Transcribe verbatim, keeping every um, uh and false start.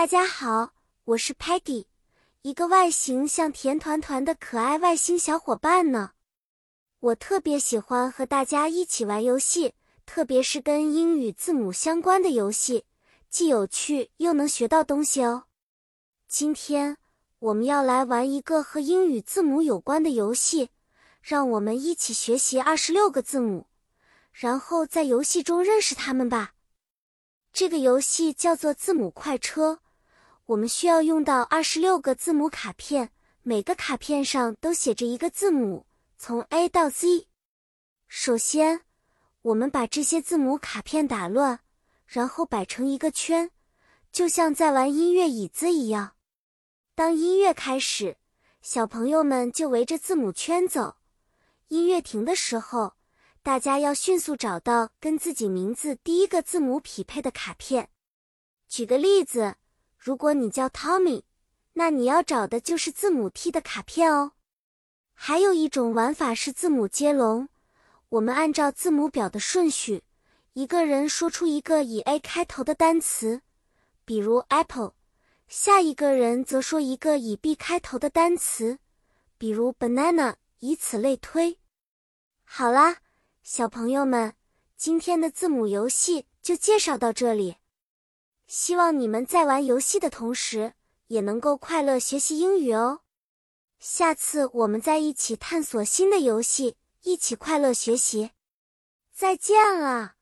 大家好，我是 Peggy， 一个外形像甜团团的可爱外星小伙伴呢。我特别喜欢和大家一起玩游戏，特别是跟英语字母相关的游戏，既有趣又能学到东西哦。今天我们要来玩一个和英语字母有关的游戏，让我们一起学习二十六个字母，然后在游戏中认识它们吧。这个游戏叫做字母快车，我们需要用到二十六个字母卡片，每个卡片上都写着一个字母，从 A 到 Z。首先，我们把这些字母卡片打乱，然后摆成一个圈，就像在玩音乐椅子一样。当音乐开始，小朋友们就围着字母圈走。音乐停的时候，大家要迅速找到跟自己名字第一个字母匹配的卡片。举个例子，如果你叫 Tommy， 那你要找的就是字母 T 的卡片哦。还有一种玩法是字母接龙，我们按照字母表的顺序，一个人说出一个以 A 开头的单词，比如 apple， 下一个人则说一个以 B 开头的单词，比如 banana， 以此类推。好啦，小朋友们，今天的字母游戏就介绍到这里。希望你们在玩游戏的同时，也能够快乐学习英语哦。下次我们再一起探索新的游戏，一起快乐学习。再见了。